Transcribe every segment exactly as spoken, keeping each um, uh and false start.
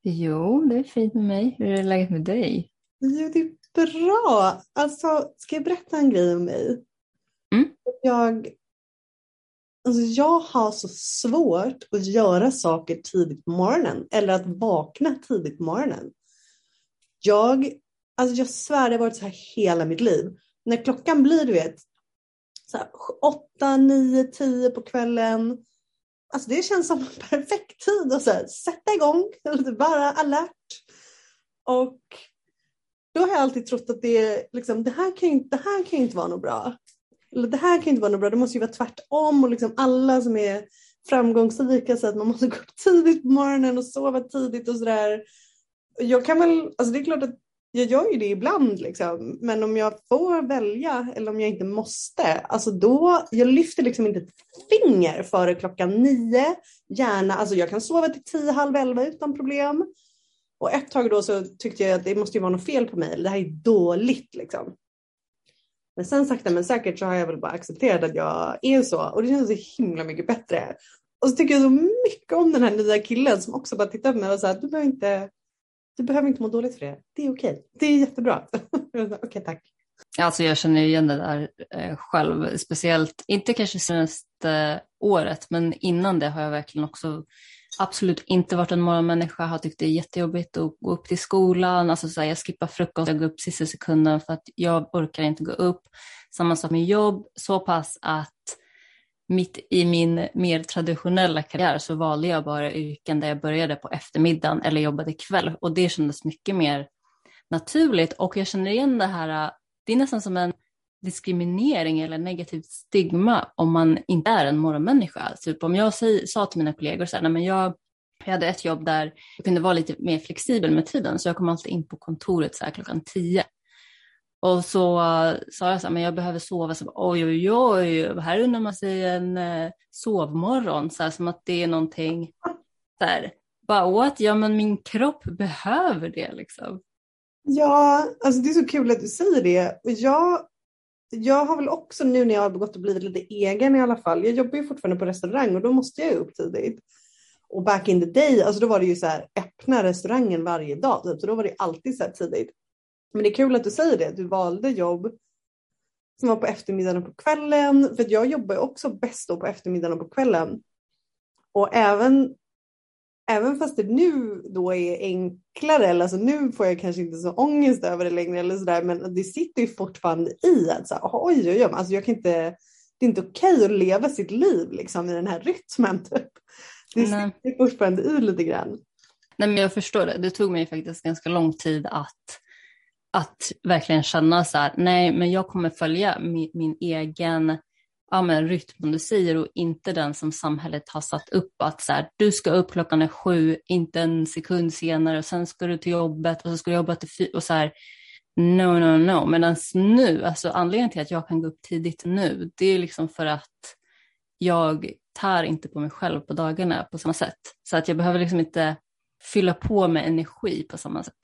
Jo, det är fint med mig. Hur är läget med dig? Jo, det är bra. Alltså, ska jag berätta en grej om mig? Mm? Jag, alltså, jag har så svårt att göra saker tidigt på morgonen. Eller att vakna tidigt på morgonen. Jag, alltså jag svär, det har varit så här hela mitt liv. När klockan blir, du vet, så här, åtta, nio, tio på kvällen. Alltså det känns som en perfekt tid att så här, sätta igång. Eller bara alert. Och då har jag alltid trott att det, liksom, det, här kan ju, det här kan ju inte vara något bra. Eller det här kan ju inte vara något bra. Det måste ju vara tvärtom. Och liksom alla som är framgångsrika så att man måste gå upp tidigt på morgonen och sova tidigt och sådär. Jag kan väl, alltså det är klart att jag gör ju det ibland liksom. Men om jag får välja eller om jag inte måste. Alltså då, jag lyfter liksom inte ett finger före klockan nio. Gärna, alltså jag kan sova till tio, halv elva utan problem. Och ett tag då så tyckte jag att det måste ju vara något fel på mig. Det här är dåligt liksom. Men sen sakta men säkert så har jag väl bara accepterat att jag är så. Och det känns så himla mycket bättre. Och så tycker jag så mycket om den här nya killen som också bara tittar på mig och säger att du behöver inte, du behöver inte må dåligt för det. Det är okej. Det är jättebra. Okej, okay, tack. Alltså jag känner igen det där eh, själv. Speciellt, inte kanske senaste året, men innan det har jag verkligen också absolut inte varit en morgonmänniska. Har tyckt det är jättejobbigt att gå upp till skolan. Alltså så här, jag skippar frukost, jag går upp sista sekunden för att jag orkar inte gå upp. Samma sak med jobb, så pass att mitt i min mer traditionella karriär så valde jag bara yrken där jag började på eftermiddagen eller jobbade kväll. Och det kändes mycket mer naturligt. Och jag känner igen det här, det är nästan som en diskriminering eller negativt stigma om man inte är en morgonmänniska. Typ om jag säg, sa till mina kollegor så här, nej men jag, jag hade ett jobb där jag kunde vara lite mer flexibel med tiden. Så jag kom alltid in på kontoret så här klockan tio. Och så uh, sa jag så här, men jag behöver sova. Så, oj, oj, oj, här undrar man sig en uh, sovmorgon. Så här, som att det är någonting så här, bara what? Ja, men min kropp behöver det liksom. Ja, alltså det är så kul att du säger det. Jag, jag har väl också nu när jag har gått och blivit lite egen i alla fall. Jag jobbar ju fortfarande på restaurang och då måste jag upp tidigt. Och back in the day, alltså då var det ju så här öppna restaurangen varje dag. Typ. Så då var det alltid så här tidigt. Men det är kul att du säger det. Du valde jobb som var på eftermiddagen och på kvällen. För att jag jobbar ju också bäst då på eftermiddagen och på kvällen. Och även, även fast det nu då är enklare. Eller alltså nu får jag kanske inte så ångest över det längre. Eller sådär, men det sitter ju fortfarande i att så här, oj, oj, oj. Alltså jag kan inte, det är inte okej att leva sitt liv liksom, i den här rytmen. Typ. Det Nej. sitter fortfarande i lite grann. Nej, men jag förstår det. Det tog mig faktiskt ganska lång tid att Att verkligen känna så här, nej men jag kommer följa min, min egen ja, men, rytm du säger och inte den som samhället har satt upp. Att så här, du ska upp klockan är sju, inte en sekund senare och sen ska du till jobbet och så ska du jobba till fyra och så här, no, no, no. Medan nu, alltså anledningen till att jag kan gå upp tidigt nu, det är liksom för att jag tar inte på mig själv på dagarna på samma sätt. Så att jag behöver liksom inte fylla på med energi på samma sätt.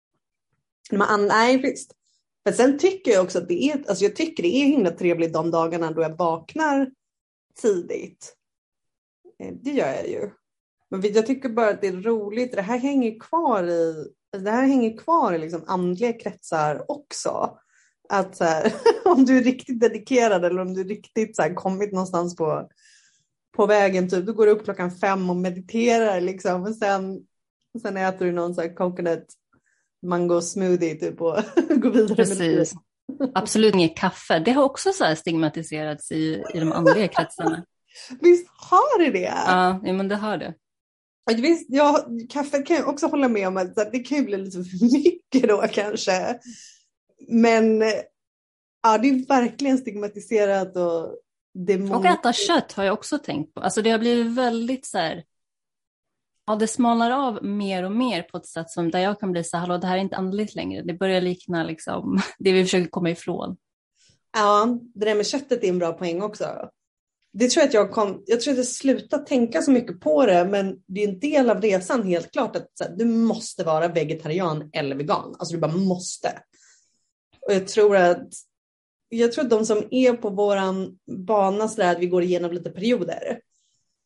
Man, nej, visst. Men sen tycker jag också att det är, alltså jag tycker det är himla trevligt de dagarna då jag vaknar tidigt. Det gör jag ju. Men jag tycker bara att det är roligt. Det här hänger kvar i, det här hänger kvar i liksom andliga kretsar också. Att så här, om du är riktigt dedikerad eller om du är riktigt så här, kommit någonstans på, på vägen typ, då går du upp klockan fem och mediterar liksom. Och sen, sen äter du någon så här coconut mango smoothie typ och gå vidare. Precis. Med det. Absolut inget kaffe. Det har också så här stigmatiserats i, i de andliga kretsarna. Visst har det det? Ja, men det har det. Visst, ja, kaffet kan jag också hålla med om att det kan ju bli lite för mycket då kanske. Men ja, det är verkligen stigmatiserat och det är många... Och äta kött har jag också tänkt på. Alltså det har blivit väldigt så här. Ja, det smalnar av mer och mer på ett sätt som där jag kan bli så här, hallå, det här är inte andligt längre. Det börjar likna liksom det vi försöker komma ifrån. Ja, det där med köttet är en bra poäng också. Det tror jag att jag kom, jag tror att jag slutade tänka så mycket på det, men det är en del av resan helt klart att så här, du måste vara vegetarian eller vegan. Alltså du bara måste. Och jag tror att jag tror att de som är på våran bana så där, att vi går igenom lite perioder.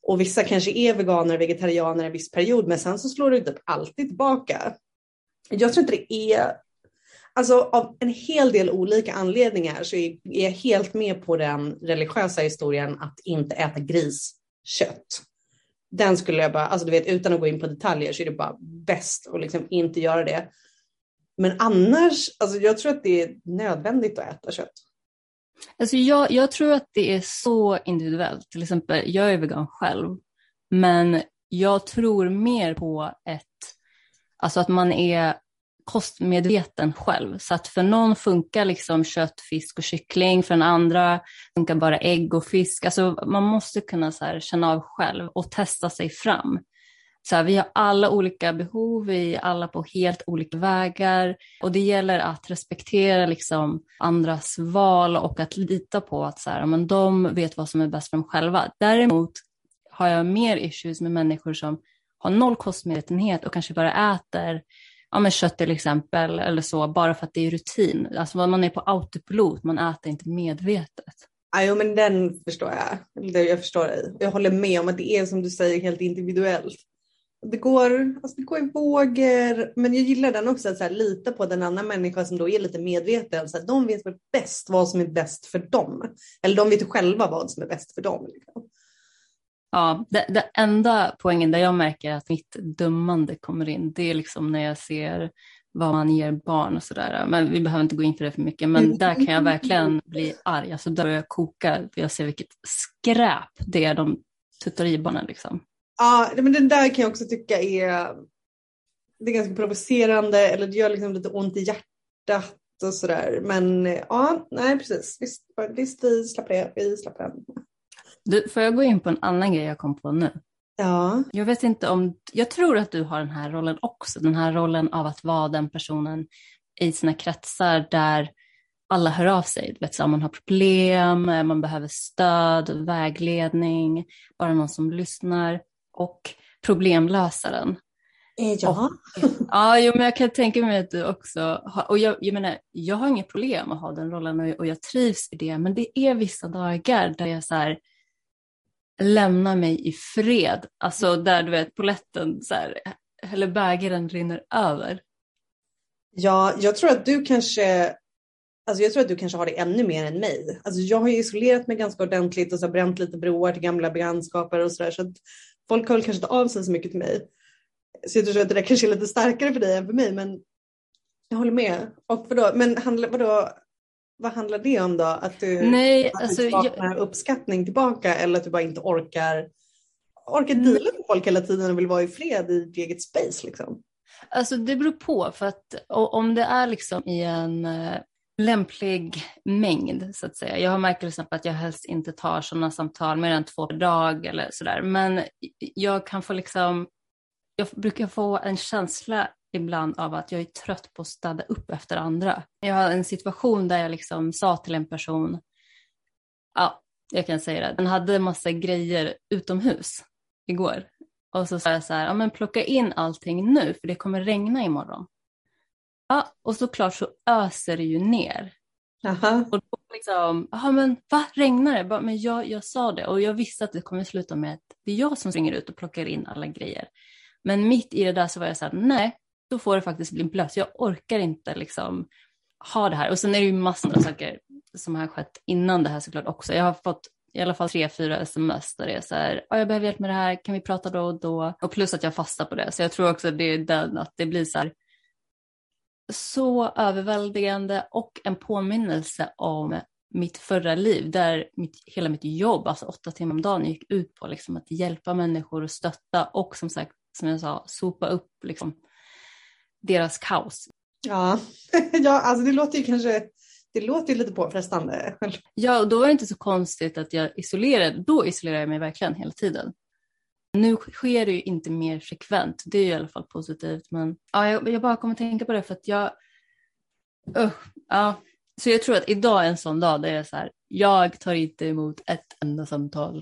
Och vissa kanske är veganer, vegetarianer en viss period, men sen så slår det typ alltid tillbaka. Jag tror inte det är, alltså av en hel del olika anledningar så är jag helt med på den religiösa historien att inte äta griskött. Den skulle jag bara, alltså du vet, utan att gå in på detaljer så är det bara bäst att liksom inte göra det. Men annars, alltså jag tror att det är nödvändigt att äta kött. Alltså jag, jag tror att det är så individuellt. Till exempel, jag är vegan själv. Men jag tror mer på ett, alltså att man är kostmedveten själv. Så att för någon funkar liksom kött, fisk och kyckling. För en andra funkar bara ägg och fisk. Alltså man måste kunna så här känna av själv och testa sig fram. Så här, vi har alla olika behov, vi är alla på helt olika vägar. Och det gäller att respektera liksom andras val och att lita på att så här, men de vet vad som är bäst för dem själva. Däremot har jag mer issues med människor som har noll kostmedvetenhet och kanske bara äter ja, men kött till exempel eller så, bara för att det är rutin. Alltså man är på autopilot, man äter inte medvetet. Ja, men den förstår jag. Jag förstår dig. Jag håller med om att det är som du säger helt individuellt. Det går, alltså det går i vågor, men jag gillar den också att så här, lita på den andra människa som då är lite medveten. Så att de vet bäst vad som är bäst för dem. Eller de vet själva vad som är bäst för dem. Liksom. Ja, det, det enda poängen där jag märker att mitt dömande kommer in, det är liksom när jag ser vad man ger barn och sådär. Men vi behöver inte gå in på det för mycket. Men där kan jag verkligen bli arg. Alltså där jag kokar, jag ser vilket skräp det är de tuttar i barnen liksom. Ja, men den där kan jag också tycka är, det är ganska provocerande. Eller det gör liksom lite ont i hjärtat och sådär. Men ja, nej precis. Visst, visst vi släpper det. Vi släpper det. Du, får jag gå in på en annan grej jag kom på nu? Ja. Jag vet inte om, jag tror att du har den här rollen också. Den här rollen av att vara den personen i sina kretsar där alla hör av sig. Du vet, så om man har problem, man behöver stöd, vägledning, bara någon som lyssnar och problemlösaren. Ja. Och, ja, jo, men jag kan tänka mig att du också har, och jag, jag menar, jag har inget problem att ha den rollen och, och jag trivs i det, men det är vissa dagar där jag så här lämnar mig i fred, alltså där du vet poletten så här, eller bägaren rinner över. Ja, jag tror att du kanske Alltså jag tror att du kanske har det ännu mer än mig. Alltså jag har ju isolerat mig ganska ordentligt och så bränt lite broar till gamla bekantskaper och sådär. Så att folk har väl kanske inte av sig så mycket till mig. Så jag tror att det där kanske är lite starkare för dig än för mig. Men jag håller med. Och vadå? Men handla, vadå, vad handlar det om då? Att du, Nej, att alltså, du saknar jag... uppskattning tillbaka eller att du bara inte orkar, orkar deala med folk hela tiden och vill vara i fred i ditt eget space liksom? Alltså det beror på. För att om det är liksom i en lämplig mängd så att säga. Jag har märkt till exempel att jag helst inte tar sådana samtal mer än två per dag eller sådär. Men jag kan få liksom, jag brukar få en känsla ibland av att jag är trött på att städa upp efter andra. Jag har en situation där jag liksom sa till en person, ja, jag kan säga det, den hade en massa grejer utomhus igår. Och så sa jag så här, ja men plocka in allting nu för det kommer regna imorgon. Ja, och såklart så öser det ju ner. Aha. Och då liksom, ja men va, regnar det? Men jag, jag sa det och jag visste att det kommer sluta med att det är jag som springer ut och plockar in alla grejer. Men mitt i det där så var jag så här, nej, då får det faktiskt bli blöt. Jag orkar inte liksom ha det här. Och sen är det ju massor av saker som har skett innan det här såklart också. Jag har fått i alla fall tre, fyra sms där det är så här, ja, jag behöver hjälp med det här, kan vi prata då och då? Och plus att jag fastar på det. Så jag tror också att det är den, att det blir så här, så överväldigande och en påminnelse om mitt förra liv där mitt, hela mitt jobb, alltså åtta timmar om dagen, gick ut på liksom att hjälpa människor och stötta och som sagt, som jag sa, sopa upp liksom deras kaos. Ja, ja alltså det låter ju kanske, det låter ju lite påfrestande. Ja, och då var det inte så konstigt att jag isolerade, då isolerade jag mig verkligen hela tiden. Nu sker det ju inte mer frekvent. Det är ju i alla fall positivt. Men ja, jag, jag bara kommer att tänka på det för att jag... Uh, ja. Så jag tror att idag är en sån dag där jag är så här, jag tar inte emot ett enda samtal.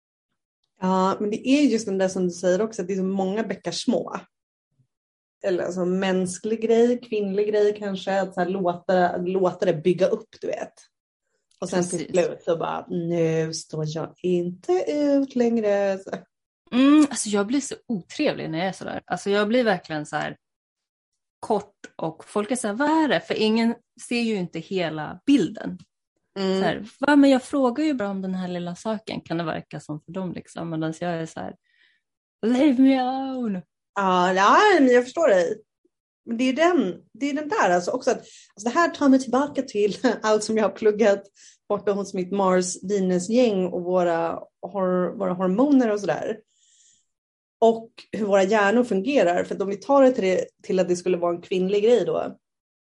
Ja, men det är just den där som du säger också, att det är så många bäckar små. Eller alltså mänsklig grej, kvinnlig grej kanske. Att så här, låta, låta det bygga upp, du vet. Och sen till slut så bara, nu står jag inte ut längre. Mm, alltså jag blir så otrevlig när jag är sådär. Alltså jag blir verkligen så här kort och folk är så här, vad är det? För ingen ser ju inte hela bilden. Mm. Så här, va, men jag frågar ju bara om den här lilla saken, kan det verka som för dem liksom. Men jag är så här, leave me alone. Ja, nej, men jag förstår dig. Men det är den, det är den där alltså också. Att, alltså det här tar mig tillbaka till allt som jag har pluggat borta hos mitt Mars-Venus-gäng och våra, hor, våra hormoner och sådär. Och hur våra hjärnor fungerar. För att om vi tar det till, det till att det skulle vara en kvinnlig grej då.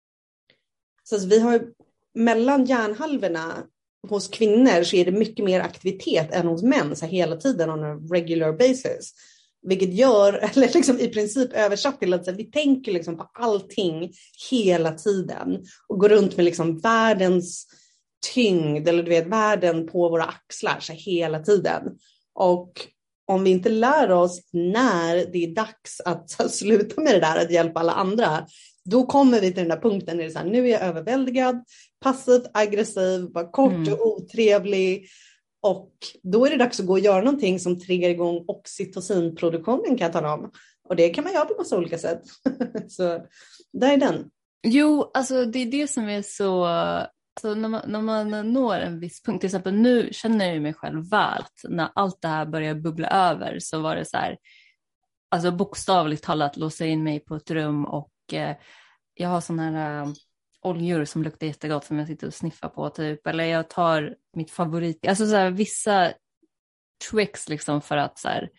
Så alltså vi har mellan hjärnhalvorna hos kvinnor så är det mycket mer aktivitet än hos män så här, hela tiden on a regular basis. Vilket gör, eller liksom i princip översatt till att så här, vi tänker liksom på allting hela tiden. Och går runt med liksom världens tyngd eller du vet världen på våra axlar så här, hela tiden. Och om vi inte lär oss när det är dags att så här, sluta med det där att hjälpa alla andra. Då kommer vi till den där punkten där det är så här, nu är jag överväldigad, passivt, aggressiv, bara kort mm. och otrevlig. Och då är det dags att gå och göra någonting som triggar igång oxytocinproduktionen kan jag tala om. Och det kan man göra på massa olika sätt. Så där är den. Jo, alltså det är det som är så... Alltså när, man, när man når en viss punkt, till exempel nu känner jag mig själv väl att när allt det här börjar bubbla över så var det så här, alltså bokstavligt talat låsa in mig på ett rum och eh, jag har sån här... Uh, oljor som luktar jättegott som jag sitter och sniffar på typ. Eller jag tar mitt favorit. Alltså så här, vissa tricks liksom för att så här,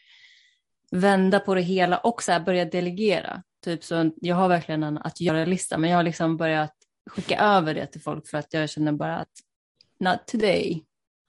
vända på det hela och så här, börja delegera. Typ så jag har verkligen en att göra-lista men jag har liksom börjat skicka över det till folk för att jag känner bara att not today.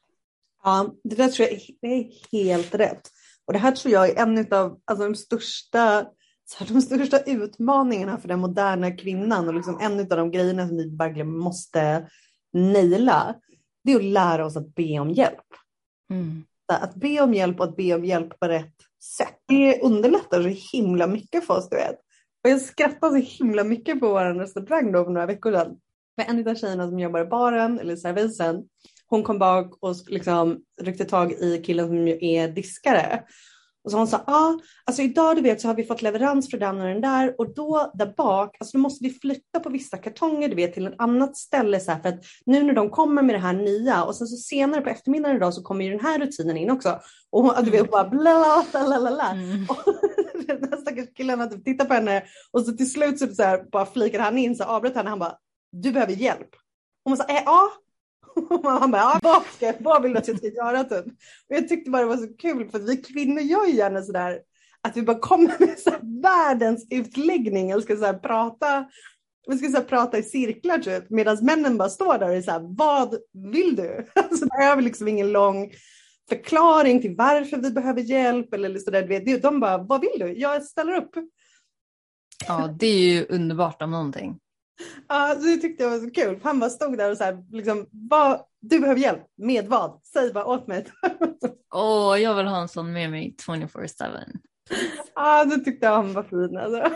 Ja, det där tror jag är helt rätt. Och det här tror jag är en av alltså, de största Så de största utmaningarna för den moderna kvinnan och liksom en av de grejerna som vi verkligen måste naila, det är att lära oss att be om hjälp. Mm. Att be om hjälp och att be om hjälp på rätt sätt. Det underlättar så himla mycket för oss, du vet. Och jag skrattade så himla mycket på vår restaurang då för några veckor sedan. För en av tjejerna som jobbar i baren, eller servisen, hon kom bak och liksom ryckte tag i killen som är diskare. Och så hon sa, ja, ah, alltså idag du vet så har vi fått leverans för den och den där. Och då där bak, alltså då måste vi flytta på vissa kartonger du vet till ett annat ställe. Så här, för att nu när de kommer med det här nya och sen så senare på eftermiddagen idag så kommer ju den här rutinen in också. Och hon, du vet bara bla bla bla bla bla. Mm. Och den här stackars killen hade tittat på henne och så till slut så, så här, bara flikade han in så avbröt han och han bara, du behöver hjälp. Och hon sa, äh, ja. Och han bara, ja, vad, ska, vad vill du att jag ska göra typ? Och jag tyckte bara det var så kul för att vi kvinnor gör ju gärna sådär att vi bara kommer med så här världens utläggning och ska så här prata vi ska så här prata i cirklar typ medan männen bara står där och är så här, vad vill du? Alltså det är liksom ingen lång förklaring till varför vi behöver hjälp eller så där. De bara, vad vill du? Jag ställer upp. Ja, det är ju underbart om någonting. Ja, så det tyckte jag var så kul. Han bara stod där och så här, liksom, vad, du behöver hjälp. Med vad? Säg bara åt mig. Åh, oh, jag vill ha en sån med mig twenty-four seven. Ja, det tyckte jag han var fin. Alltså.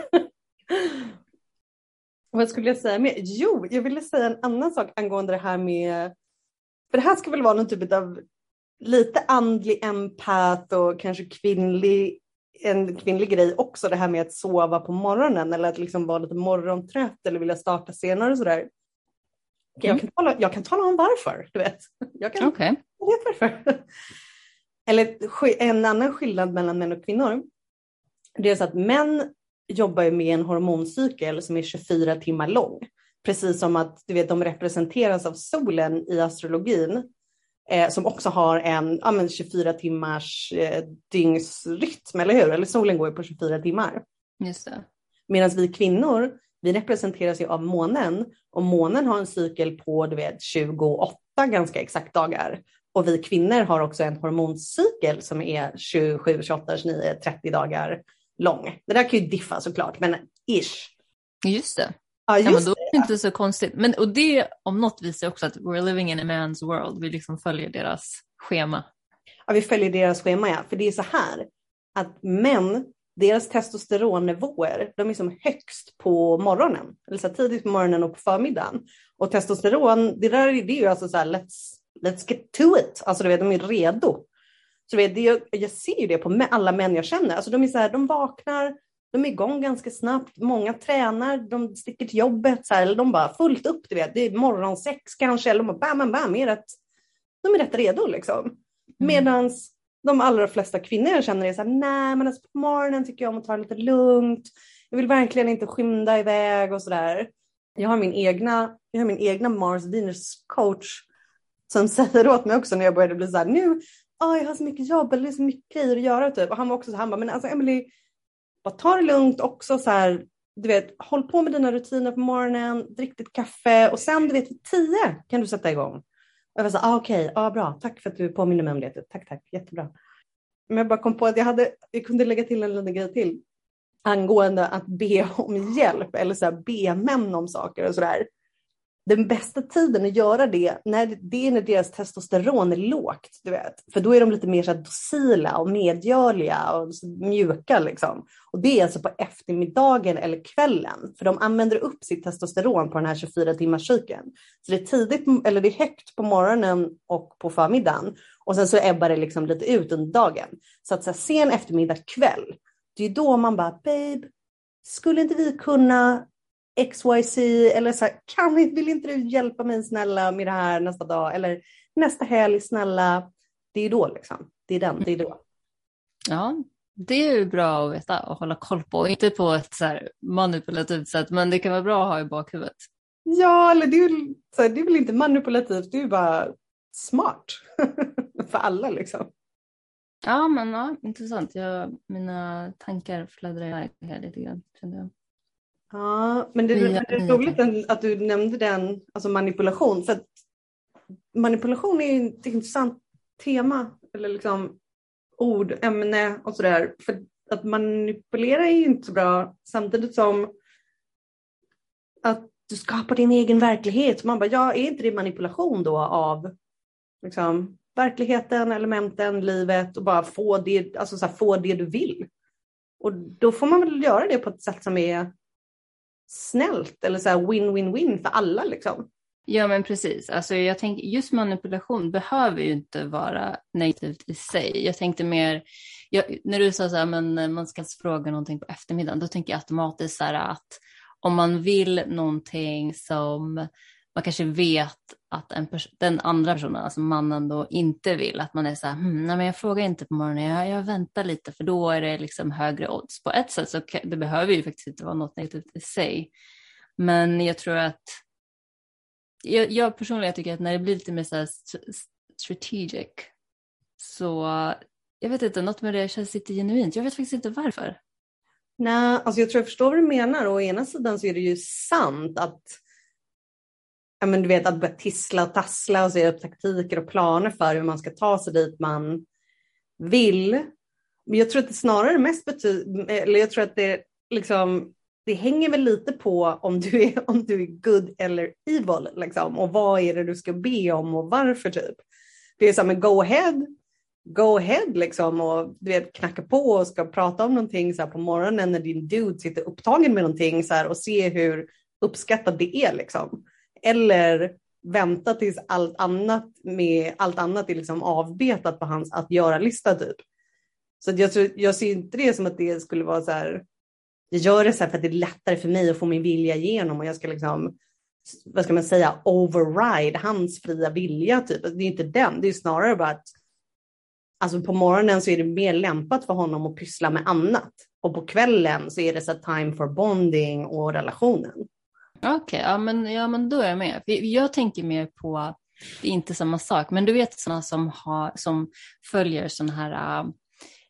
Vad skulle jag säga mer? Jo, jag ville säga en annan sak angående det här med... För det här ska väl vara någon typ av lite andlig empath och kanske kvinnlig... en kvinnlig grej också, det här med att sova på morgonen eller att liksom vara lite morgontrött eller vilja starta senare och sådär. Mm. Jag, kan tala, jag kan tala om varför, du vet. Jag, kan, okay. jag vet varför. Eller en annan skillnad mellan män och kvinnor. Det är så att män jobbar ju med en hormoncykel som är tjugofyra timmar lång. Precis som att du vet, de representeras av solen i astrologin. Eh, som också har en ja, men tjugofyra timmars eh, dygnsrytm, eller hur? Eller solen går ju på tjugofyra timmar. Just det. Medan vi kvinnor, vi representeras ju av månen. Och månen har en cykel på, du vet, tjugoåtta ganska exakt dagar. Och vi kvinnor har också en hormoncykel som är tjugosju, tjugoåtta, tjugonio, trettio dagar lång. Det där kan ju diffa såklart, men ish. Just det. Ja, just ja, men då är det det. inte så konstigt. Men, och det om något visar också att we're living in a man's world. Vi liksom följer deras schema. Ja, vi följer deras schema, ja. För det är så här att män, deras testosteronnivåer, de är som högst på morgonen. Eller så tidigt på morgonen och på förmiddagen. Och testosteron, det där det är ju alltså så här, let's, let's get to it. Alltså du vet, de är redo. Så vet, det, jag, jag ser ju det på alla män jag känner. Alltså de är så här, de vaknar, de är igång ganska snabbt. Många tränar, de sticker till jobbet. Så här, eller de bara fullt upp, du vet. Det är morgon sex kanske. Eller de bara bam, bam, bam. Är rätt, de är rätt redo liksom. Mm. Medan de allra flesta kvinnor jag känner är så här, nej men alltså på morgonen tycker jag om att ta det lite lugnt. Jag vill verkligen inte skynda iväg och sådär. Jag har min egna, jag har min egna Mars Venus coach som säger åt mig också när jag började bli så här, nu, oh, jag har så mycket jobb eller det är så mycket grejer att göra typ. Och han var också så här, han bara, men alltså Emily, bara ta det lugnt också så här, du vet, håll på med dina rutiner på morgonen, drick ditt kaffe och sen du vet vid tio kan du sätta igång. Och jag var så här, ah, okej, okay, ah, bra, tack för att du påminner mig om det. Tack, tack, jättebra. Men jag bara kom på att jag hade, jag kunde lägga till en liten grej till angående att be om hjälp eller så här, be män om saker och sådär. Den bästa tiden att göra det, när det är när deras testosteron är lågt, du vet. För då är de lite mer så här docila och medgörliga och mjuka liksom. Och det är alltså på eftermiddagen eller kvällen. För de använder upp sitt testosteron på den här tjugofyra timmars cykeln. Så det är tidigt, eller det är högt på morgonen och på förmiddagen. Och sen så ebbar det liksom lite ut under dagen. Så att så här, sen eftermiddag kväll, det är då man bara, babe, skulle inte vi kunna X Y Z eller så här, kan vi, vill inte du hjälpa mig snälla med det här nästa dag eller nästa helg snälla. Det är då liksom, det är den, det är då. Ja, det är ju bra att veta och hålla koll på, inte på ett så här manipulativt sätt, men det kan vara bra att ha i bakhuvudet. Ja, eller det är, så här, det är väl inte manipulativt, det är ju bara smart för alla liksom. Ja, men ja, intressant. Jag, mina tankar fladdrar iväg här lite grann, kände jag. Ja, men det, ja, det är roligt att du nämnde den, alltså manipulation. För att manipulation är ju ett intressant tema, eller liksom ord, ämne och sådär. För att manipulera är ju inte så bra, samtidigt som att du skapar din egen verklighet. Så man bara, ja, är inte det manipulation då av liksom verkligheten, elementen, livet och bara få det, alltså så här, få det du vill. Och då får man väl göra det på ett sätt som är snällt eller så här win-win-win för alla liksom. Ja, men precis. Alltså jag tänker just manipulation behöver ju inte vara negativt i sig. Jag tänkte mer, jag, när du sa så här, men man ska fråga någonting på eftermiddagen, då tänker jag automatiskt så här att om man vill någonting som man kanske vet att en pers- den andra personen, alltså mannen då, inte vill, att man är så här, hm, nej men jag frågar inte på morgonen, jag, jag väntar lite för då är det liksom högre odds. På ett sätt så det behöver ju faktiskt inte vara något negativt i sig. Men jag tror att jag, jag personligen tycker att när det blir lite mer så här strategic, så jag vet inte, något med det känns lite genuint. Jag vet faktiskt inte varför. Nej, alltså jag tror jag förstår vad du menar. Och å ena sidan så är det ju sant att ja, men du vet, att börja tissla och tassla och se upp taktiker och planer för hur man ska ta sig dit man vill. Men jag tror att det snarare mest betyder, eller jag tror att det liksom, det hänger väl lite på om du är, om du är good eller evil liksom. Och vad är det du ska be om och varför typ. Det är så här, men go ahead, go ahead liksom, och du vet, knacka på och ska prata om någonting så här på morgonen när din dude sitter upptagen med någonting så här, och se hur uppskattat det är liksom. Eller vänta tills allt annat med allt annat är liksom avbetat på hans att göra-lista typ. Så jag, tror, jag ser inte det som att det skulle vara så här, jag gör det så här för att det är lättare för mig att få min vilja igenom och jag ska liksom, vad ska man säga, override hans fria vilja typ. Det är inte den, det är snarare bara att alltså på morgonen så är det mer lämpat för honom att pyssla med annat. Och på kvällen så är det så time for bonding och relationen. Okej, okay, ja, men, ja men då är jag med. Jag tänker mer på, det är inte samma sak, men du vet sådana som, har, som följer sådana här uh,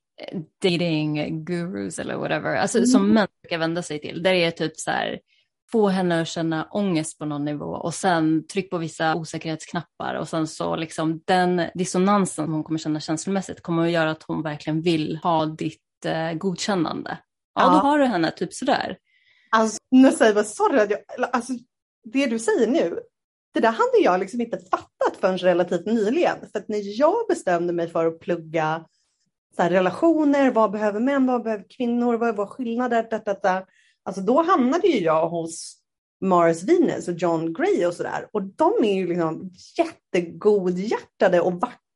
dating gurus eller whatever, alltså mm. som män ska vända sig till. Där är typ så här, få henne att känna ångest på någon nivå och sen tryck på vissa osäkerhetsknappar och sen så liksom den dissonansen som hon kommer känna känslomässigt kommer att göra att hon verkligen vill ha ditt uh, godkännande. Ja, ja, då har du henne typ sådär. Alltså, nu säger jag, sorry, jag, alltså, det du säger nu, det där hade jag liksom inte fattat förrän relativt nyligen. För att när jag bestämde mig för att plugga så här, relationer, vad behöver män, vad behöver kvinnor, vad var skillnader, detta, detta. Alltså då hamnade ju jag hos Mars Venus och John Gray och sådär. Och de är ju liksom jättegodhjärtade och vackra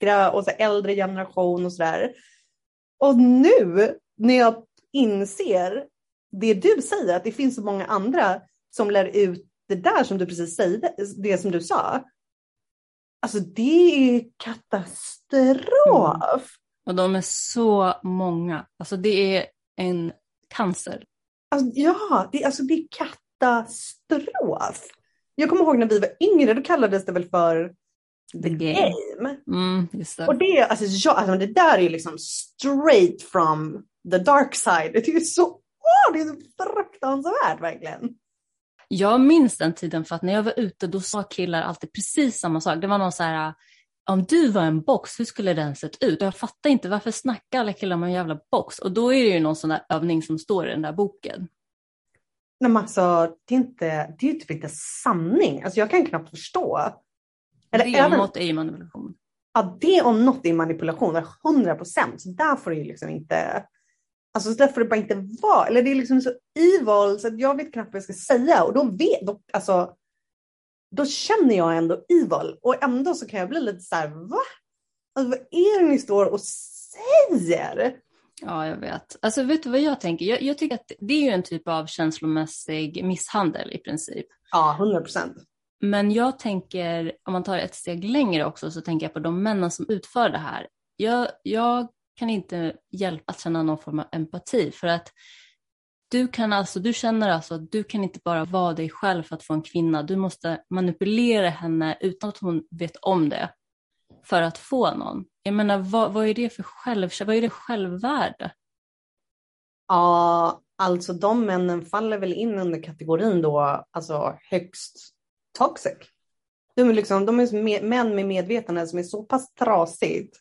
vackra och så äldre generation och sådär. Och nu när jag inser det du säger, att det finns så många andra som lär ut det där som du precis säger, det som du sa. Alltså det är katastrof. Mm. Och de är så många. Alltså det är en cancer. Alltså, ja, det, alltså det är katastrof. Jag kommer ihåg när vi var yngre, då kallades det väl för The Game. game. Mm, just det. Och det, alltså, ja, alltså, det där är ju liksom straight from the dark side. Det är så, åh, det är så fruktansvärt verkligen. Jag minns den tiden för att när jag var ute då sa killar alltid precis samma sak. Det var någon så här, om du var en box, hur skulle den sett ut? Och jag fattar inte varför snackar alla killar om en jävla box. Och då är det ju någon sån där övning som står i den där boken. Nej, men alltså, det är inte, det är typ inte sanning. Alltså jag kan knappt förstå. Eller det om även, något är ju manipulation. Ja, det om något är manipulation, hundra procent. Så där får det ju liksom inte, alltså där får det bara inte vara. Eller det är liksom så evil så att jag vet knappt vad jag ska säga. Och då vet, då, alltså, då känner jag ändå evil. Och ändå så kan jag bli lite så här, va? Alltså vad är det ni står och säger? Ja, jag vet. Alltså vet du vad jag tänker? Jag, jag tycker att det är ju en typ av känslomässig misshandel i princip. Ja, hundra procent. Men jag tänker, om man tar ett steg längre också, så tänker jag på de männen som utför det här. Jag, jag kan inte hjälpa att känna någon form av empati, för att du kan alltså, du känner alltså att du kan inte bara vara dig själv för att få en kvinna. Du måste manipulera henne utan att hon vet om det för att få någon. Jag menar, vad, vad är det för själv, vad är det självvärde? Ja, alltså de männen faller väl in under kategorin då, alltså högst toxic. De är, liksom, de är med, män med medvetande som är så pass trasigt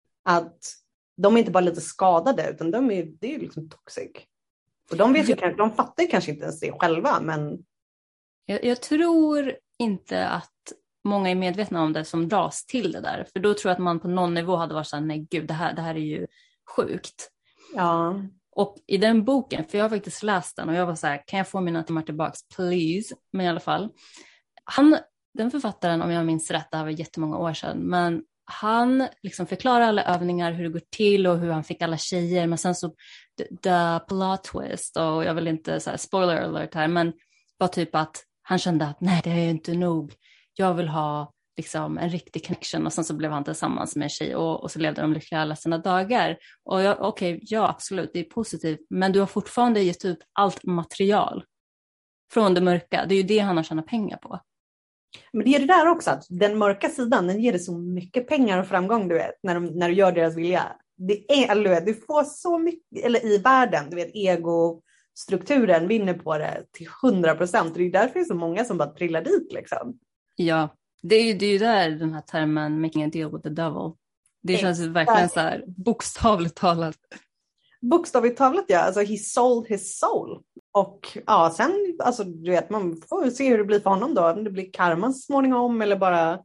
att de är inte bara lite skadade, utan de är, det är liksom toxic. Och de, vet ju, jag, de fattar ju kanske inte ens det själva, men... Jag, jag tror inte att många är medvetna om det som dras till det där. För då tror jag att man på någon nivå hade varit så här, nej gud, det här, det här är ju sjukt. Ja. Och i den boken, för jag har faktiskt läst den och jag var så här, kan jag få mina timmar tillbaks, please? Men i alla fall, han, den författaren, om jag minns rätt, det här var jättemånga år sedan, men han liksom förklarar alla övningar, hur det går till och hur han fick alla tjejer, men sen så the, the plot twist, och jag vill inte så här, spoiler alert här, men var typ att han kände att nej, det är ju inte nog, jag vill ha liksom en riktig connection, och sen så blev han tillsammans med en tjej och, och så levde de lyckliga alla sina dagar. Och jag, okej, okay, ja absolut, det är positivt, men du har fortfarande gett ut allt material från det mörka, det är ju det han har tjänat pengar på. Men det är det där också, att den mörka sidan, den ger dig så mycket pengar och framgång, du vet, när, de, när du gör deras vilja. Det är, eller du vet, du får så mycket, eller i världen, du vet, egostrukturen vinner på det till hundra procent. Det är därför det är så många som bara trillar dit liksom. Ja, det är ju det är ju där den här termen making a deal with the devil. Det känns ju verkligen så här bokstavligt talat. Bokstavligt talat, ja. Alltså he sold his soul. Och ja, sen, alltså du vet, man får se hur det blir för honom då. Om det blir karma så småningom eller bara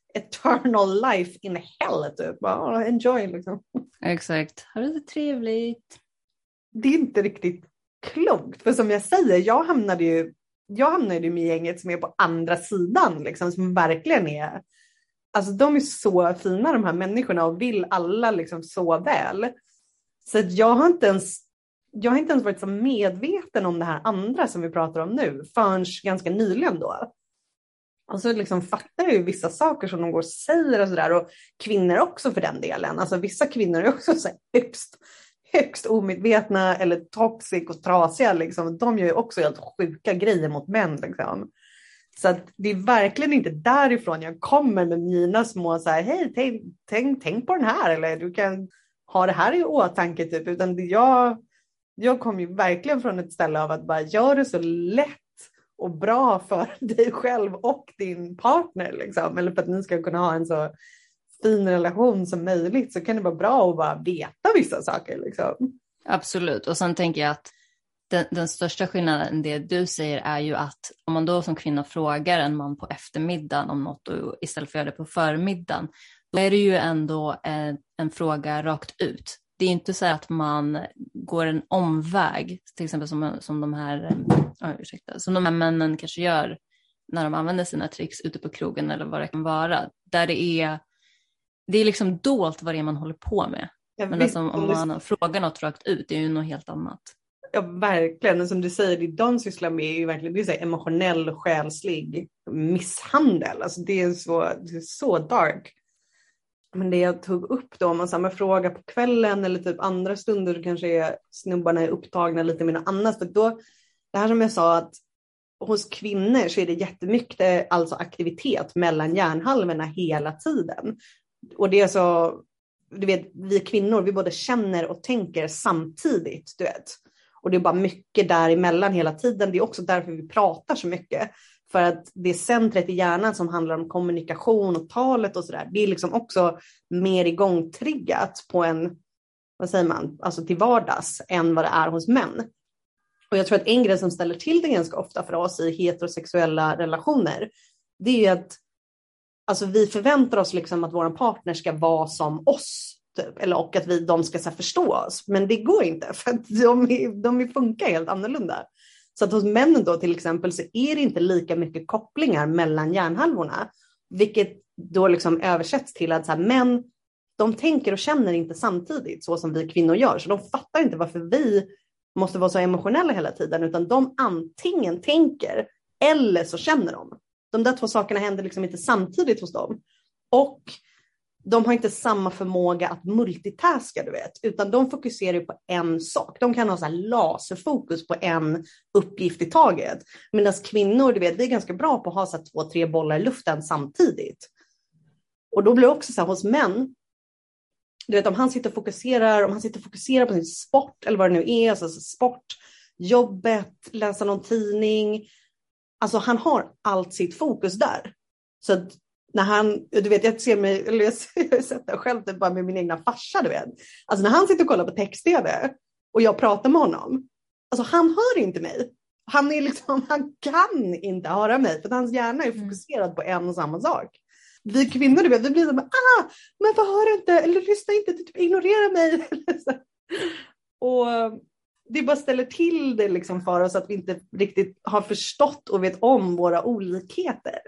eternal life in hell typ. Bara enjoy liksom. Exakt. Har det så trevligt. Det är inte riktigt klokt. För som jag säger, jag hamnade ju jag hamnade ju med gänget som är på andra sidan liksom, som verkligen är, alltså de är så fina de här människorna och vill alla liksom så väl. Så att jag har inte ens jag har inte ens varit så medveten om det här andra som vi pratar om nu förrän ganska nyligen då. Och så liksom fattar jag ju vissa saker som de går och säger och sådär, och kvinnor också för den delen. Alltså vissa kvinnor är också så högst högst omedvetna eller toxic och trasiga liksom. De gör ju också helt sjuka grejer mot män liksom. Så att det är verkligen inte därifrån jag kommer med mina små så här, hej, tänk, tänk, tänk på den här, eller du kan ha det här i åtanke typ, utan det, jag jag kommer ju verkligen från ett ställe av att bara göra det så lätt och bra för dig själv och din partner liksom, eller för att ni ska kunna ha en så fin relation som möjligt, så kan det vara bra att bara veta vissa saker liksom. Absolut, och sen tänker jag att den, den största skillnaden det du säger är ju att om man då som kvinna frågar en man på eftermiddagen om något och istället för att göra det på förmiddagen, då är det ju ändå en, en fråga rakt ut. Det är inte så att man går en omväg, till exempel som, som, de här, oh, ursäkta, som de här männen kanske gör när de använder sina tricks ute på krogen eller vad det kan vara. Där det är det är liksom dolt vad det är man håller på med. Jag Men visst, alltså, om man frågar något rakt ut, det är ju något helt annat. Ja, verkligen. Som du säger, det de sysslar med är ju verkligen det är så här emotionell, själslig misshandel. Alltså det är så, det är så dark. Men det jag tog upp då, om man samma fråga på kvällen eller typ andra stunder, så kanske är snubbarna är upptagna lite med något annat. För då, det här som jag sa, att hos kvinnor så är det jättemycket alltså aktivitet mellan hjärnhalvorna hela tiden. Och det är så, du vet, vi kvinnor, vi både känner och tänker samtidigt, du vet. Och det är bara mycket däremellan hela tiden. Det är också därför vi pratar så mycket. För att det är centret i hjärnan som handlar om kommunikation och talet och sådär. Det är liksom också mer igångtriggat på en, vad säger man, alltså till vardags än vad det är hos män. Och jag tror att en grej som ställer till det ganska ofta för oss i heterosexuella relationer, det är att alltså, vi förväntar oss liksom att vår partner ska vara som oss. Typ, eller och att vi, de ska så här, förstå oss. Men det går inte, för att de, de funkar helt annorlunda. Så att hos männen då till exempel så är det inte lika mycket kopplingar mellan hjärnhalvorna. Vilket då liksom översätts till att så här, män, de tänker och känner inte samtidigt så som vi kvinnor gör. Så de fattar inte varför vi måste vara så emotionella hela tiden. Utan de antingen tänker eller så känner de. De där två sakerna händer liksom inte samtidigt hos dem. Och de har inte samma förmåga att multitaska, du vet. Utan de fokuserar på en sak. De kan ha så här laserfokus på en uppgift i taget. Medan kvinnor, du vet, vi är ganska bra på att ha så här två, tre bollar i luften samtidigt. Och då blir det också så här hos män. Du vet, om han sitter och fokuserar, om han sitter och fokuserar på sin sport, eller vad det nu är, alltså sport, jobbet, läsa någon tidning. Alltså han har allt sitt fokus där. Så att när han, du vet, jag ser mig, eller jag har sett det själv typ bara med min egna farsa, du vet. Alltså när han sitter och kollar på text-tv och jag pratar med honom, alltså han hör inte mig. Han är liksom, han kan inte höra mig för att hans hjärna är fokuserad på en och samma sak. Vi kvinnor, du vet, vi blir så ah, men vad hör du inte, eller lyssna inte, typ ignorera mig. Och det bara ställer till det liksom för oss att vi inte riktigt har förstått och vet om våra olikheter.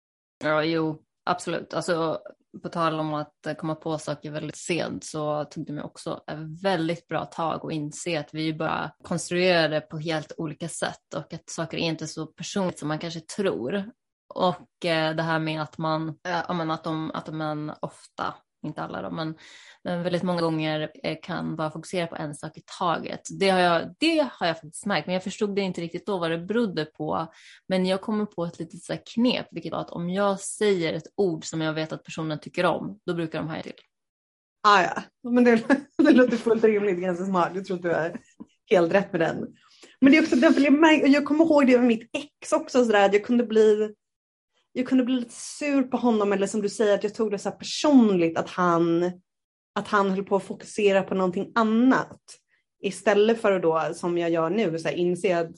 Ja, jo, absolut. Alltså, på tal om att komma på saker väldigt sent så tog det mig också ett väldigt bra tag att inse att vi bara konstruerade på helt olika sätt och att saker är inte så personligt som man kanske tror. Och eh, det här med att man, äh, men att, de, att man ofta, inte alla då, men, men väldigt många gånger eh, kan bara fokusera på en sak i taget. Det har, jag, det har jag faktiskt märkt, men jag förstod det inte riktigt då vad det berodde på. Men jag kommer på ett litet så här knep, vilket var att om jag säger ett ord som jag vet att personen tycker om, då brukar de haja till. Ah, ja, men det, det låter fullt rimligt, ganska smart. Jag tror att du är helt rätt med den. Men det är också därför jag märker, och jag kommer ihåg det med mitt ex också, sådär, att jag kunde bli Jag kunde bli lite sur på honom, eller som du säger, att jag tog det så här personligt att han, att han höll på att fokusera på någonting annat. Istället för att då, som jag gör nu, så här, inse att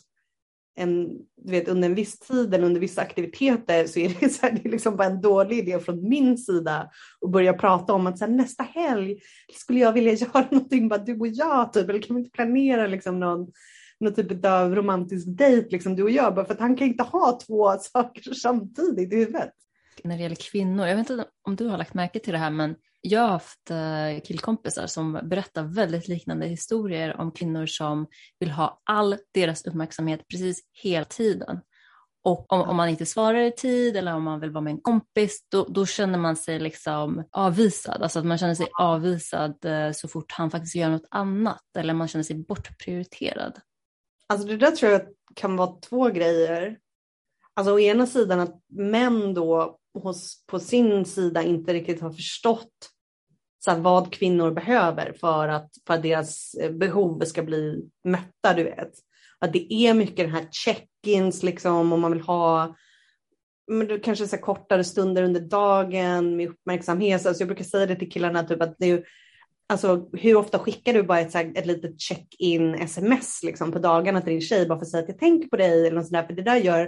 en, du vet, under en viss tid eller under vissa aktiviteter så är det, så här, det är liksom bara en dålig idé från min sida att börja prata om att så här, nästa helg skulle jag vilja göra någonting, bara du och jag, typ, eller kan vi inte planera liksom någon någon typ av romantisk dejt liksom du och jag, bara för att han kan inte ha två saker samtidigt i huvudet. När det gäller kvinnor, jag vet inte om du har lagt märke till det här, men jag har haft killkompisar som berättar väldigt liknande historier om kvinnor som vill ha all deras uppmärksamhet precis hela tiden. Och om, om man inte svarar i tid eller om man vill vara med en kompis, då, då känner man sig liksom avvisad. Alltså att man känner sig avvisad så fort han faktiskt gör något annat, eller man känner sig bortprioriterad. Alltså det där tror jag kan vara två grejer. Alltså å ena sidan att män då hos, på sin sida inte riktigt har förstått så här, vad kvinnor behöver för att, för att deras behov ska bli mötta, du vet. Att det är mycket den här check-ins liksom, om man vill ha men det kanske så här, kortare stunder under dagen med uppmärksamhet. Alltså jag brukar säga det till killarna typ att det är alltså hur ofta skickar du bara ett, så här, ett litet check-in sms liksom, på dagarna till din tjej bara för att säga att jag tänker på dig eller något sånt där, för det där gör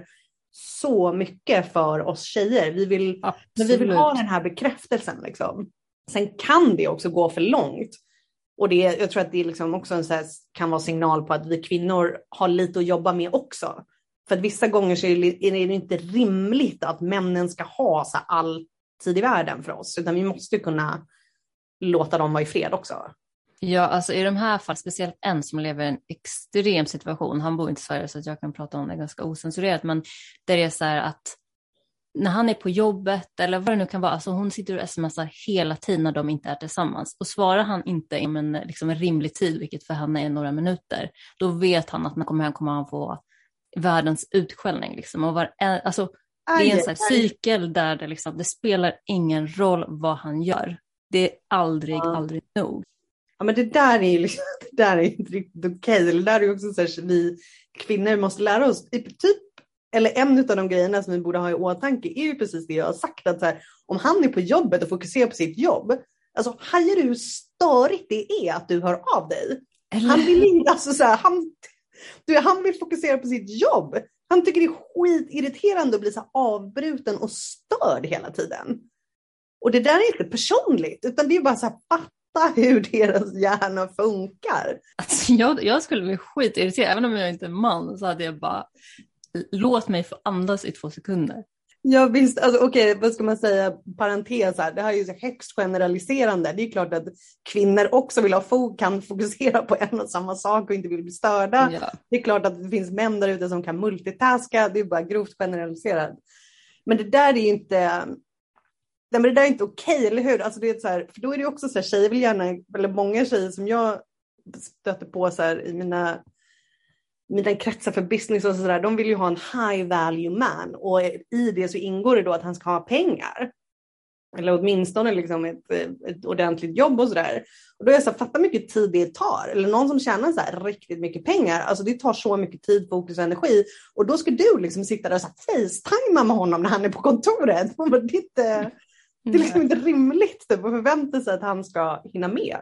så mycket för oss tjejer. Vi vill, men vi vill ha den här bekräftelsen liksom. Sen kan det också gå för långt. Och det, jag tror att det liksom också en så här, kan vara signal på att vi kvinnor har lite att jobba med också. För att vissa gånger så är det, är det inte rimligt att männen ska ha så här, all tid i världen för oss, utan vi måste kunna låta dem vara i fred också. Ja, alltså i de här fallen, speciellt en som lever i en extrem situation, han bor inte i Sverige så att jag kan prata om det ganska osensurerat, men där det är så här att när han är på jobbet eller vad det nu kan vara, alltså hon sitter och smsar hela tiden när de inte är tillsammans, och svarar han inte inom en, liksom en rimlig tid, vilket för henne är några minuter, då vet han att när han kommer hem kommer han få världens utskällning liksom. Och var, alltså, det är en sån här cykel där det, liksom, det spelar ingen roll vad han gör, det är aldrig, ja. aldrig nog. Ja, men det där är ju liksom, det där är inte riktigt okej. Okay. Det där är ju också så här, vi kvinnor måste lära oss typ, eller en av de grejerna som vi borde ha i åtanke är ju precis det jag har sagt, att så här, om han är på jobbet och fokuserar på sitt jobb, alltså hajar du hur störigt det är att du hör av dig? Eller... Han vill inte, alltså så här, han, du, han vill fokusera på sitt jobb. Han tycker det är skitirriterande att bli så här avbruten och störd hela tiden. Och det där är inte personligt, utan det är bara så här, fatta hur deras hjärna funkar. Alltså jag, jag skulle bli skitirriterad, även om jag inte är man, så hade jag bara, låt mig få andas i två sekunder. Ja visst, alltså, okej, okay, vad ska man säga, parentes här, det här är ju så högst generaliserande. Det är klart att kvinnor också vill ha fo- kan fokusera på en och samma sak och inte vill bli störda. Ja. Det är klart att det finns män där ute som kan multitaska, det är bara grovt generaliserat. Men det där är ju inte, nej, men det där är inte okej, okay, eller hur? Alltså det är så här, för då är det också så här, tjejer vill gärna, eller många tjejer som jag stöter på så här i mina mina kretsar för business och sådär, de vill ju ha en high value man, och i det så ingår det då att han ska ha pengar. Eller åtminstone liksom ett, ett ordentligt jobb och sådär. Och då är jag så här, fatta mycket tid det tar. Eller någon som tjänar så här riktigt mycket pengar. Alltså det tar så mycket tid, fokus och energi. Och då ska du liksom sitta där och så här, facetimea med honom när han är på kontoret. Det är, inte, det är liksom inte rimligt typ, att förvänta sig att han ska hinna med.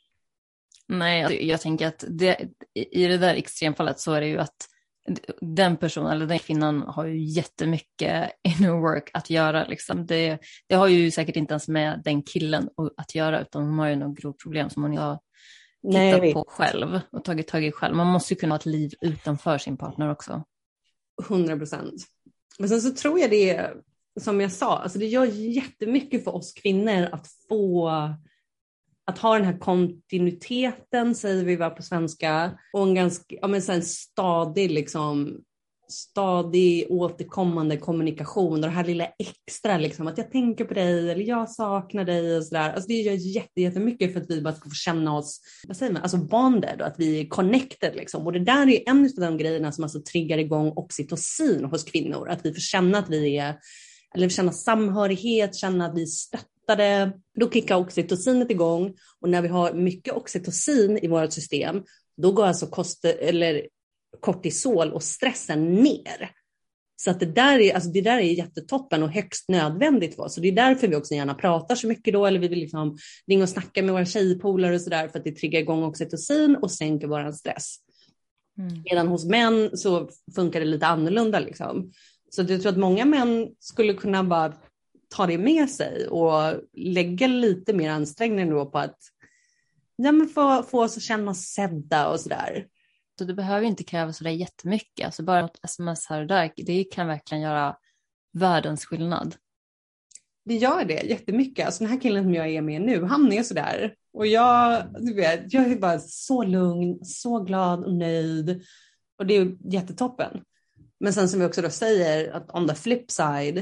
Nej, alltså, jag tänker att det, i det där extremfallet så är det ju att den personen eller den kvinnan har ju jättemycket inner work att göra. Liksom. Det, det har ju säkert inte ens med den killen att göra, utan hon har ju något grovt problem som hon har tittat Nej, på själv och tagit tag i själv. Man måste ju kunna ha ett liv utanför sin partner också. hundra procent. Men sen så tror jag det är, som jag sa, alltså det gör jättemycket för oss kvinnor att få... Att ha den här kontinuiteten, säger vi var på svenska, och en ganska ja, men så en stadig, liksom, stadig återkommande kommunikation. Och det här lilla extra, liksom, att jag tänker på dig eller jag saknar dig och sådär. Alltså det gör jätte, jättemycket för att vi bara ska få känna oss, vad säger man, alltså bonded, och att vi är connected. Liksom. Och det där är en av de grejerna som alltså triggar igång oxytocin hos kvinnor. Att vi får känna att vi är, eller känna samhörighet, känna att vi är stöttade. Då kickar oxytocinet igång, och när vi har mycket oxytocin i vårt system, då går alltså kost- eller kortisol och stressen ner. Så att det där är, alltså det där är jättetoppen och högst nödvändigt för oss. Så det är därför vi också gärna pratar så mycket då, eller vi vill liksom ringa och snacka med våra tjejpolare och sådär, för att det triggar igång oxytocin och sänker vår stress. Mm. Medan hos män så funkar det lite annorlunda liksom. Så jag tror att många män skulle kunna bara ta det med sig och lägga lite mer ansträngning då på att ja, men få, få oss att känna oss sedda och sådär. Så det behöver inte kräva så där jättemycket. Alltså bara ett sms här och där, det kan verkligen göra världens skillnad. Det gör det jättemycket. Alltså den här killen som jag är med nu, han är sådär. Och jag, du vet, jag är bara så lugn, så glad och nöjd. Och det är jättetoppen. Men sen som vi också då säger, att on the flip side,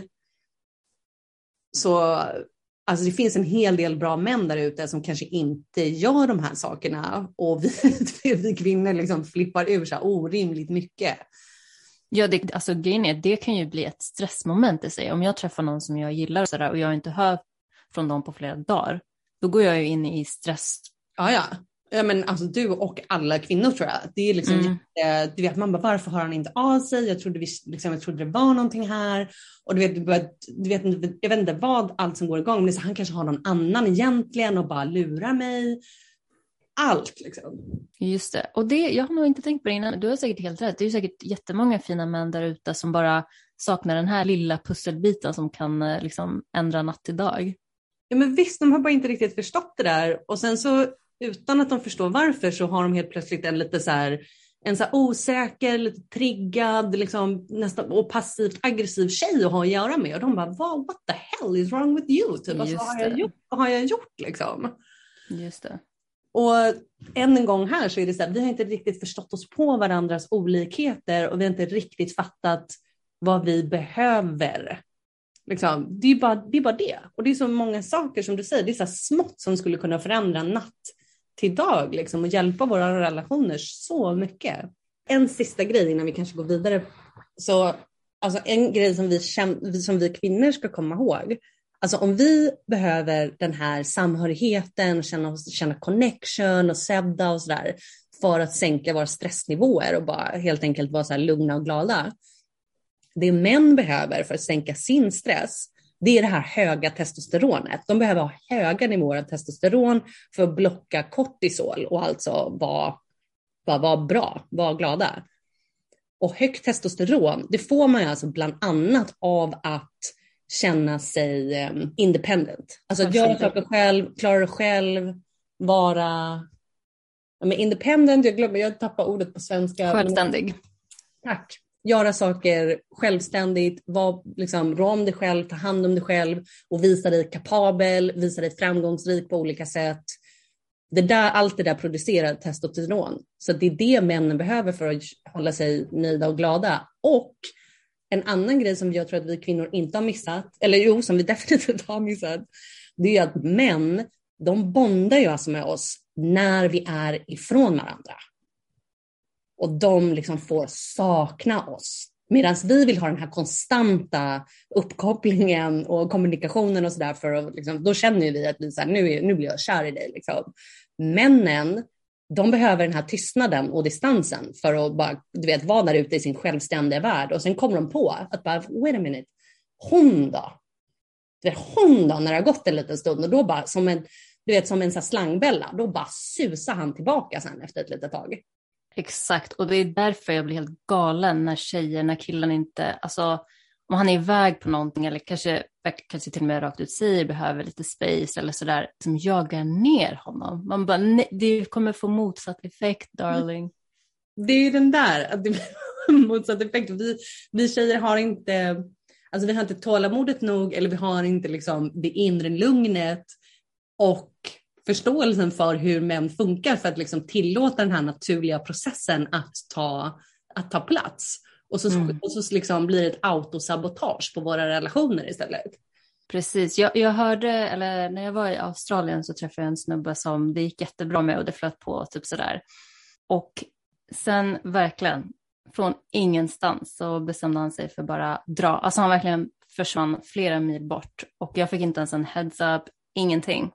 så alltså det finns en hel del bra män där ute som kanske inte gör de här sakerna. Och vi, vi kvinnor liksom flippar ur så här orimligt mycket. Ja, det, alltså grejen är, det kan ju bli ett stressmoment i sig. Om jag träffar någon som jag gillar och, så där, och jag inte hör från dem på flera dagar, då går jag ju in i stress. Ja, ja. Ja, men alltså du och alla kvinnor tror jag. Det är liksom, mm. jätte, du vet, man bara, varför har han inte av sig? Jag trodde, vi, liksom, jag trodde det var någonting här. Och du vet, du vet, du vet, jag vet inte vad allt som går igång. Men det är så, han kanske har någon annan egentligen och bara lurar mig. Allt liksom. Just det. Och det, jag har nog inte tänkt på det innan. Du har säkert helt rätt. Det är ju säkert jättemånga fina män där ute som bara saknar den här lilla pusselbiten som kan liksom ändra natt till dag. Ja, men visst, de har bara inte riktigt förstått det där. Och sen så utan att de förstår varför så har de helt plötsligt en lite så här en så här osäker, lite triggad liksom, nästan, och passivt aggressiv tjej att ha att göra med. Och de bara, what, what the hell is wrong with you? Typ, alltså, vad, har jag gjort? vad har jag gjort liksom? Just det. Och än en gång här så är det så här, vi har inte riktigt förstått oss på varandras olikheter och vi har inte riktigt fattat vad vi behöver. Liksom, det är bara det. Är bara det. Och det är så många saker som du säger, det är så här smått som skulle kunna förändra natt till dag liksom, och hjälpa våra relationer så mycket. En sista grej innan vi kanske går vidare. Så, alltså en grej som vi, som vi kvinnor ska komma ihåg. Alltså om vi behöver den här samhörigheten, känna, känna connection och sedda och sådär för att sänka våra stressnivåer och bara helt enkelt vara så här lugna och glada. Det män behöver för att sänka sin stress, det är det här höga testosteronet. De behöver ha höga nivåer av testosteron för att blocka kortisol och alltså vara, vara, vara bra, vara glada. Och högt testosteron, det får man alltså bland annat av att känna sig um, independent. Alltså att göra saker själv, klara det själv, vara ja, men independent, jag glömmer, jag tappar ordet på svenska. Självständig. Tack. Göra saker självständigt, var, liksom, rå om dig själv, ta hand om dig själv och visa dig kapabel, visa dig framgångsrik på olika sätt. Det där, allt det där producerar testosteron. Så det är det männen behöver för att hålla sig nöjda och glada. Och en annan grej som jag tror att vi kvinnor inte har missat, eller jo, som vi definitivt har missat, det är att män, de bondar ju alltså med oss när vi är ifrån varandra. Och de liksom får sakna oss. Medan vi vill ha den här konstanta uppkopplingen och kommunikationen och sådär. För att, liksom, då känner vi att vi så här, nu, är, nu blir jag kär i dig. Liksom. Männen, de behöver den här tystnaden och distansen för att bara, du vet, vara där ute i sin självständiga värld. Och sen kommer de på att bara, wait a minute, hon då? Du vet, hon då, när det har gått en liten stund. Och då bara, som en, du vet, som en så här slangbälla, då bara susar han tillbaka sen efter ett litet tag. Exakt, och det är därför jag blir helt galen när tjejer, när killen inte, alltså om han är iväg på någonting eller kanske, kanske till och med rakt ut säger behöver lite space eller sådär, som jagar ner honom. Man bara, nej, det kommer få motsatt effekt, darling. Det är ju den där, att det blir motsatt effekt. Vi, vi tjejer har inte, alltså vi har inte tålamodet nog eller vi har inte liksom det inre lugnet och förståelsen för hur män funkar för att liksom tillåta den här naturliga processen att ta, att ta plats. Och så, mm. och så liksom blir det ett autosabotage på våra relationer istället. Precis, jag, jag hörde, eller när jag var i Australien så träffade jag en snubbe som det gick jättebra med och det flöt på typ sådär. Och sen verkligen, från ingenstans så bestämde han sig för bara dra. Alltså han verkligen försvann flera mil bort och jag fick inte ens en heads up, ingenting.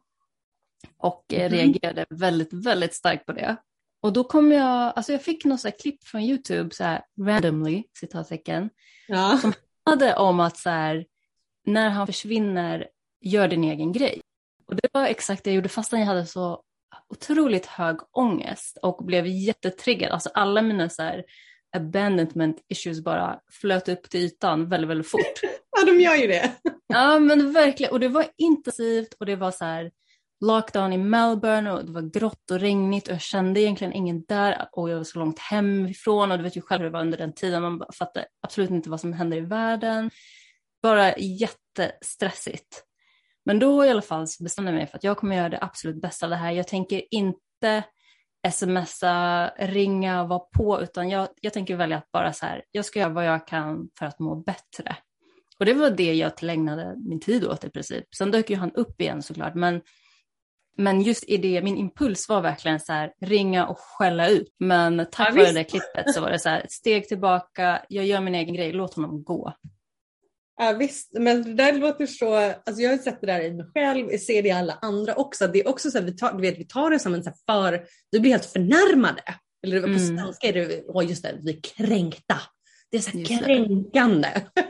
Och mm. reagerade väldigt, väldigt starkt på det. Och då kom jag, alltså jag fick något så här klipp från YouTube, så här randomly, citattecken, ja. som handlade om att så här, när han försvinner, gör din egen grej. Och det var exakt det jag gjorde, fastän jag hade så otroligt hög ångest och blev jättetriggad. Alltså alla mina så här abandonment issues bara flöt upp till ytan väldigt, väldigt fort. Ja, de gör ju det. Ja, men verkligen. Och det var intensivt och det var så här lockdown i Melbourne och det var grått och regnigt och jag kände egentligen ingen där och jag var så långt hemifrån och du vet ju själv hur det var under den tiden, man fattade absolut inte vad som händer i världen, bara jättestressigt. Men då i alla fall så bestämde jag mig för att jag kommer göra det absolut bästa av det här. Jag tänker inte smsa, ringa, vara på, utan jag, jag tänker välja att bara så här, jag ska göra vad jag kan för att må bättre. Och det var det jag tillägnade min tid åt i princip. Sen dök ju han upp igen såklart, men Men just i det, min impuls var verkligen så här, ringa och skälla ut. Men tack ja, vare det där klippet så var det så här, ett steg tillbaka, jag gör min egen grej, låt honom gå. Ja visst, men det där låter så, alltså jag har sett det där i mig själv, jag ser det i alla andra också. Det är också så här, vi tar, du vet, vi tar det som en så här för, du blir helt förnärmade. Eller på mm. svenska är det, oh just det, vi är kränkta. Det är så här kränkande.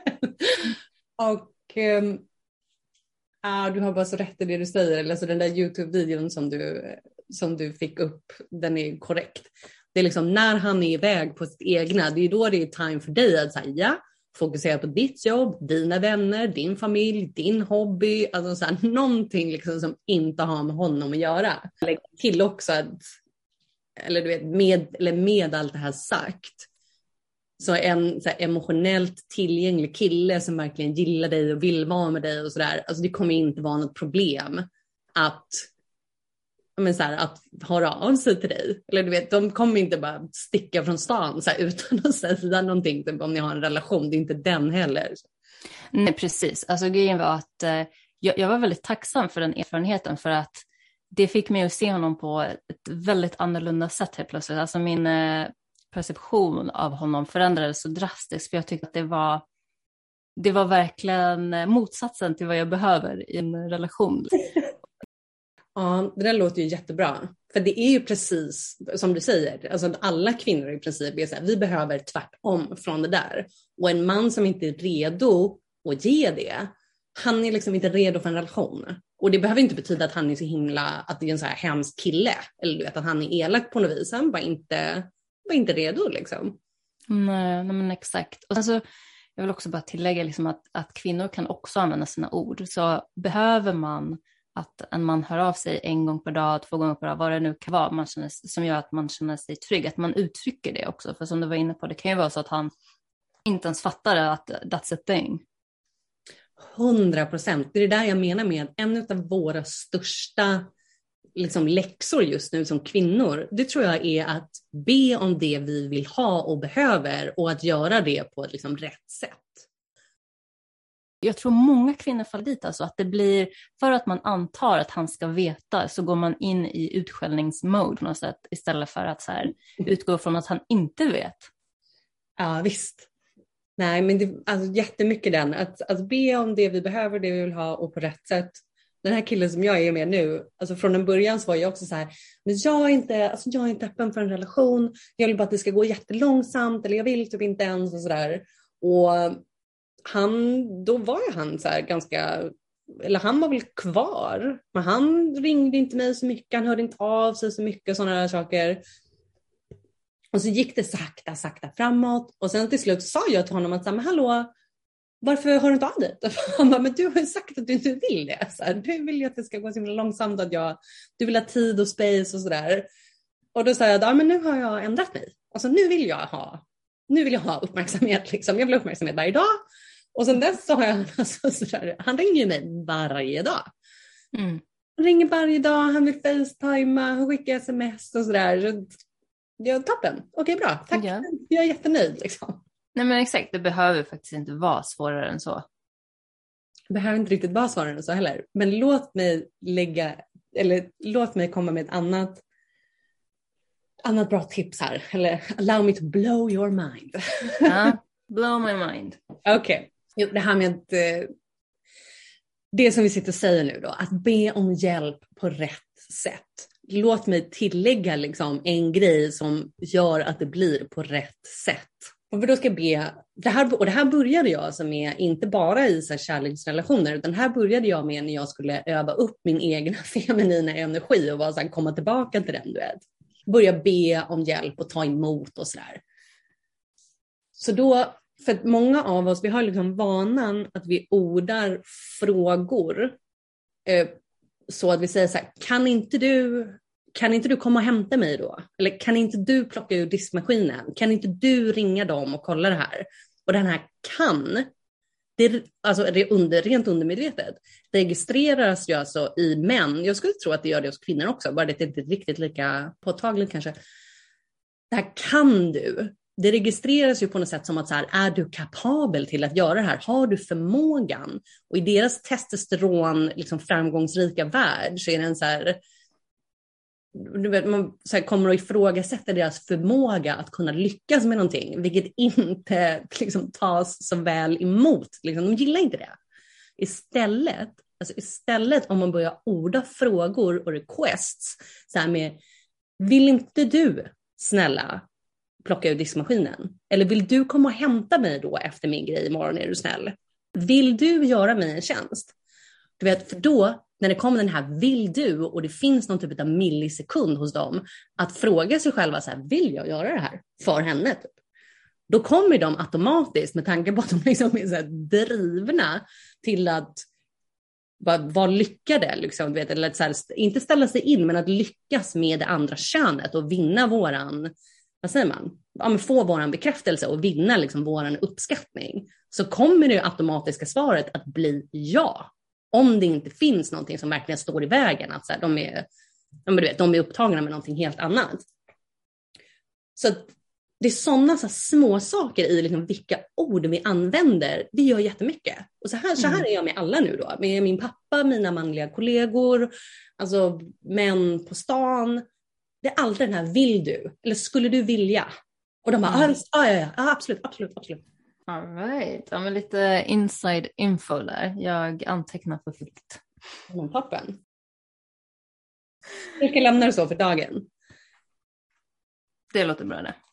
och... Um, Ah, du har bara så rätt i det du säger. Eller så den där YouTube-videon som du, som du fick upp, den är korrekt. Det är liksom när han är iväg på sitt egna, det är då det är time för dig att säga ja, fokusera på ditt jobb, dina vänner, din familj, din hobby. Alltså så här, någonting liksom som inte har med honom att göra. Lägg till också att eller du vet, med, eller med allt det här sagt, så en så här, emotionellt tillgänglig kille som verkligen gillar dig och vill vara med dig och sådär, alltså det kommer inte vara något problem att, men så här, att höra av sig till dig. Eller du vet, de kommer inte bara sticka från stan så här, utan att säga någonting typ, om ni har en relation. Det är inte den heller. Nej, precis. Alltså grejen var att eh, jag, jag var väldigt tacksam för den erfarenheten, för att det fick mig att se honom på ett väldigt annorlunda sätt helt plötsligt. Alltså min eh, perception av honom förändrades så drastiskt, för jag tyckte att det var det var verkligen motsatsen till vad jag behöver i en relation. Ja, det där låter ju jättebra. För det är ju precis som du säger. Alltså alla kvinnor i princip är så här, vi behöver tvärtom från det där. Och en man som inte är redo att ge det, han är liksom inte redo för en relation. Och det behöver inte betyda att han är så himla, att det är en så här hemsk kille. Eller du vet, att han är elak på något vis. Han var inte, var inte redo liksom. Nej, nej men exakt. Och sen så, jag vill också bara tillägga liksom att, att kvinnor kan också använda sina ord. Så behöver man att en man hör av sig en gång per dag, två gånger per dag, vad det nu kan vara, man känner, som gör att man känner sig trygg, att man uttrycker det också. För som du var inne på, det kan ju vara så att han inte ens fattar att that's a thing. Hundra procent. Det är det där jag menar med att en av våra största liksom, läxor just nu som kvinnor, det tror jag är att be om det vi vill ha och behöver, och att göra det på ett liksom, rätt sätt. Jag tror många kvinnor faller dit, alltså att det blir, för att man antar att han ska veta, så går man in i utskällningsmode på något sätt, istället för att så här, utgå från att han inte vet. Ja, visst. Nej, men det, alltså, jättemycket den, att, att be om det vi behöver, det vi vill ha, och på rätt sätt. Den här killen som jag är med nu, alltså från en början så var jag också så här, men jag är inte, alltså jag är inte öppen för en relation, jag vill bara att det ska gå jättelångsamt, eller jag vill typ inte ens och sådär. Och han, då var ju han så här ganska, eller han var väl kvar, men han ringde inte mig så mycket, han hörde inte av sig så mycket, sådana där saker. Och så gick det sakta, sakta framåt, och sen till slut sa jag till honom att, men hallå, varför har du inte av dig? Han bara, men du har ju sagt att du inte vill det. Så här, du vill ju att det ska gå så himla långsamt, att jag, du vill ha tid och space och sådär. Och då sa jag, ja men nu har jag ändrat mig. Alltså nu vill jag ha, nu vill jag ha uppmärksamhet liksom. Jag vill ha uppmärksamhet varje dag. Och sen dess så har jag, alltså, sådär, han ringer ju mig varje dag. Mm. Han ringer varje dag, han vill facetima, han skickar sms och sådär. Så, ja, toppen, okej bra, tack. Ja. Jag är jättenöjd liksom. Nej men exakt, det behöver faktiskt inte vara svårare än så. Det behöver inte riktigt vara svårare än så heller. Men låt mig lägga, eller låt mig komma med ett annat, annat bra tips här. Eller allow me to blow your mind. Ja, blow my mind. Okej, okay. Det här med att, det som vi sitter och säger nu då, att be om hjälp på rätt sätt. Låt mig tillägga liksom en grej som gör att det blir på rätt sätt. Och för då ska jag be, det här, och det här började jag alltså med, inte bara i så här kärleksrelationer, utan här började jag med när jag skulle öva upp min egen feminina energi och bara så här, komma tillbaka till den, du vet. Börja be om hjälp och ta emot och sådär. Så då, för att många av oss, vi har liksom vanan att vi ordar frågor eh, så att vi säger så här, kan inte du... Kan inte du komma och hämta mig då? Eller kan inte du plocka ur diskmaskinen? Kan inte du ringa dem och kolla det här? Och den här kan, det, alltså det är under, rent undermedvetet, registreras ju alltså i män. Jag skulle tro att det gör det hos kvinnor också, bara det är inte riktigt lika påtagligt kanske. Det här kan du. Det registreras ju på något sätt som att så här, är du kapabel till att göra det här? Har du förmågan? Och i deras testosteron, liksom framgångsrika värld, så är den så här... Du vet, man så här, kommer att ifrågasätta deras förmåga att kunna lyckas med någonting, vilket inte liksom, tas så väl emot. Liksom, de gillar inte det. Istället, alltså, istället om man börjar orda frågor och requests så här med, vill inte du snälla plocka ur diskmaskinen? Eller vill du komma och hämta mig då efter min grej imorgon, är du snäll? Vill du göra mig en tjänst? Du vet, för då när det kommer den här vill du, och det finns någon typ av millisekund hos dem att fråga sig själva så här, vill jag göra det här för henne? Typ. Då kommer de automatiskt, med tanke på att de liksom är så här drivna till att vara var lyckade. Liksom, vet, eller så här, inte ställa sig in, men att lyckas med det andra könet och vinna våran, vad säger man? Ja, men få våran bekräftelse och vinna liksom våran uppskattning. Så kommer det automatiska svaret att bli ja. Om det inte finns någonting som verkligen står i vägen. Att så här, de, är, ja, du vet, de är upptagna med någonting helt annat. Så att det är sådana så små saker i liksom vilka ord vi använder. Det gör jättemycket. Och så här, mm. så här är jag med alla nu då. Med min pappa, mina manliga kollegor, alltså män på stan. Det är alltid den här, vill du? Eller skulle du vilja? Och de bara, mm. ah, ja, ja, ja, absolut, absolut, absolut. All right. Ja, men lite inside info där. Jag antecknar för fullt. Mm, toppen. Jag ska lämna det så för dagen. Det låter bra det.